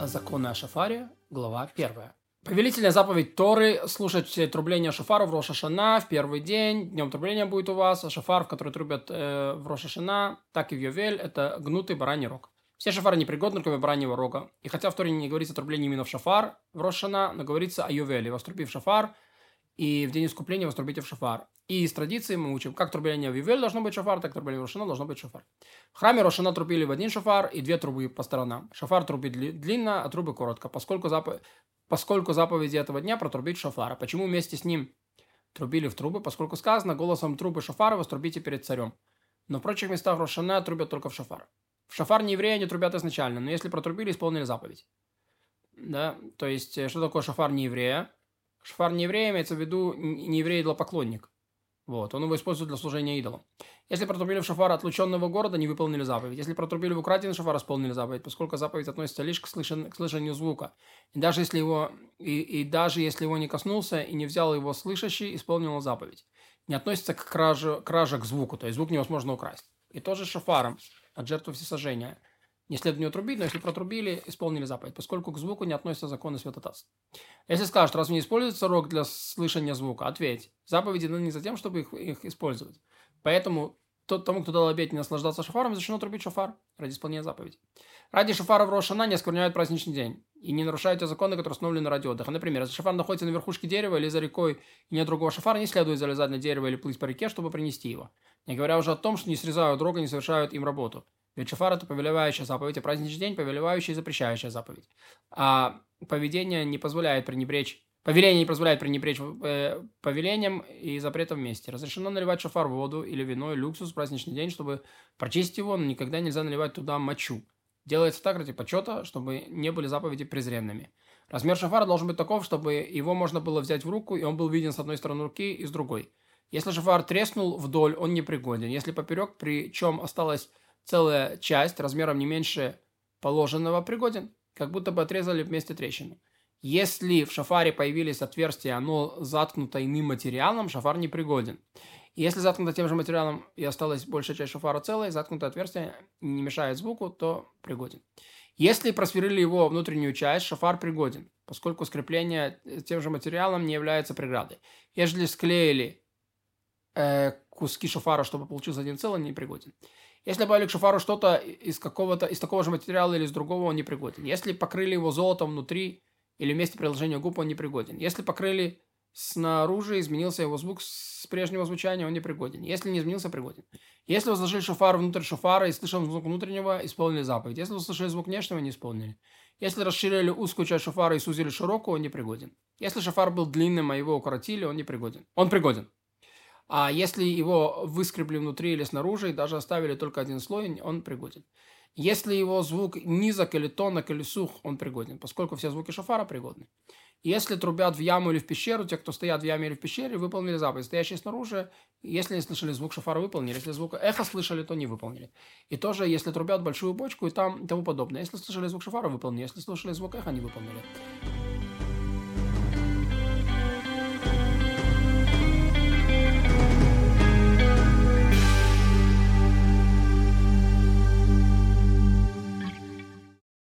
Законы о шафаре, глава 1. Повелительная заповедь Торы – слушать трубление шафара в Рош ха-Шана в первый день. Днем трубления будет у вас, а шафар, в который трубят в Рош ха-Шана, так и в Йовель – это гнутый бараний рог. Все шафары непригодны, кроме бараньего рога. И хотя в Торе не говорится о трублении именно в шафар в Рош ха-Шана, но говорится о Йовеле. Вострубив шафар, и в день искупления вострубите в шафар. И из традиции мы учим, как трубление в Йовель должно быть шафар, так трубление в Рош ха-Шана должно быть шафар. В храме Рош ха-Шана трубили в один шафар и две трубы по сторонам. Шафар трубит длинно, а трубы коротко, поскольку заповеди этого дня протрубить шафара. Почему вместе с ним трубили в трубы? Поскольку сказано, голосом трубы шафара вострубите перед царем. Но в прочих местах Рош ха-Шана трубят только в шафар. В шафар не евреи не трубят изначально, но если протрубили, исполнили заповедь. Да? То есть, что такое шафар не еврея? Шафар не еврея имеется в виду не еврей идолопоклонник. Вот, он его использует для служения идолам. Если протрубили в шафар отлученного города, не выполнили заповедь. Если протрубили в украденный шафар, исполнили заповедь, поскольку заповедь относится лишь к слышанию звука. И даже если его не коснулся и не взял его слышащий, исполнил заповедь. Не относится к краже к звуку, то есть звук невозможно украсть. И тоже с шафаром от жертвы всесожжения. Не следует в него трубить, но если протрубили, исполнили заповедь, поскольку к звуку не относятся законы святотатства. Если скажут, разве не используется рог для слышания звука, ответь. Заповеди даны не за тем, чтобы их использовать. Поэтому тому, кто дал обеть не наслаждаться шафаром, разрешено трубить шафар ради исполнения заповеди. Ради шафара в Рош ха-Шана не оскверняют праздничный день и не нарушают те законы, которые установлены ради отдыха. Например, если шафар находится на верхушке дерева или за рекой и нет другого шафара, не следует залезать на дерево или плыть по реке, чтобы принести его. Не говоря уже о том, что не срезают рог и не совершают им работу. Ведь шафар – это повелевающая заповедь, а праздничный день – повелевающая и запрещающая заповедь. А повеление не позволяет пренебречь повелением и запретом вместе. Разрешено наливать шафар в воду или вино, или уксус в праздничный день, чтобы прочистить его, но никогда нельзя наливать туда мочу. Делается так ради почета, чтобы не были заповеди презренными. Размер шафара должен быть таков, чтобы его можно было взять в руку, и он был виден с одной стороны руки и с другой. Если шафар треснул вдоль, он непригоден. Если поперек, причем осталась целая часть, размером не меньше положенного, пригоден, как будто бы отрезали вместе трещину. Если в шафаре появились отверстия, оно заткнуто иным материалом, шафар непригоден. Если заткнуто тем же материалом и осталась большая часть шафара целой, заткнутое отверстие не мешает звуку, то пригоден. Если просверлили его внутреннюю часть, шафар пригоден, поскольку скрепление тем же материалом не является преградой. Если склеили куски шафара, чтобы получился один целый, не пригоден. Если добавили к шафару что-то из такого же материала или из другого, он не пригоден. Если покрыли его золотом внутри или вместе приложения губ, он не пригоден. Если покрыли снаружи, изменился его звук с прежнего звучания, он не пригоден. Если не изменился, пригоден. Если возложили шафар внутрь шафара и слышал звук внутреннего, исполнили заповедь. Если услышали звук внешнего, не исполнили. Если расширили узкую часть шафара и сузили широкую, он не пригоден. Если шафар был длинным, а его укоротили, он не пригоден. Он пригоден. А если его выскребли внутри или снаружи и даже оставили только один слой, он пригоден. Если его звук низок или тонок или сух, он пригоден, поскольку все звуки шафара пригодны. Если трубят в яму или в пещеру, те, кто стоят в яме или в пещере, выполнили заповедь. Стоящие снаружи, если не слышали звук шафара, выполнили. Если звук эхо слышали, то не выполнили. И тоже, если трубят большую бочку и тому подобное. Если слышали звук шафара, выполнили. Если слышали звук эхо, не выполнили.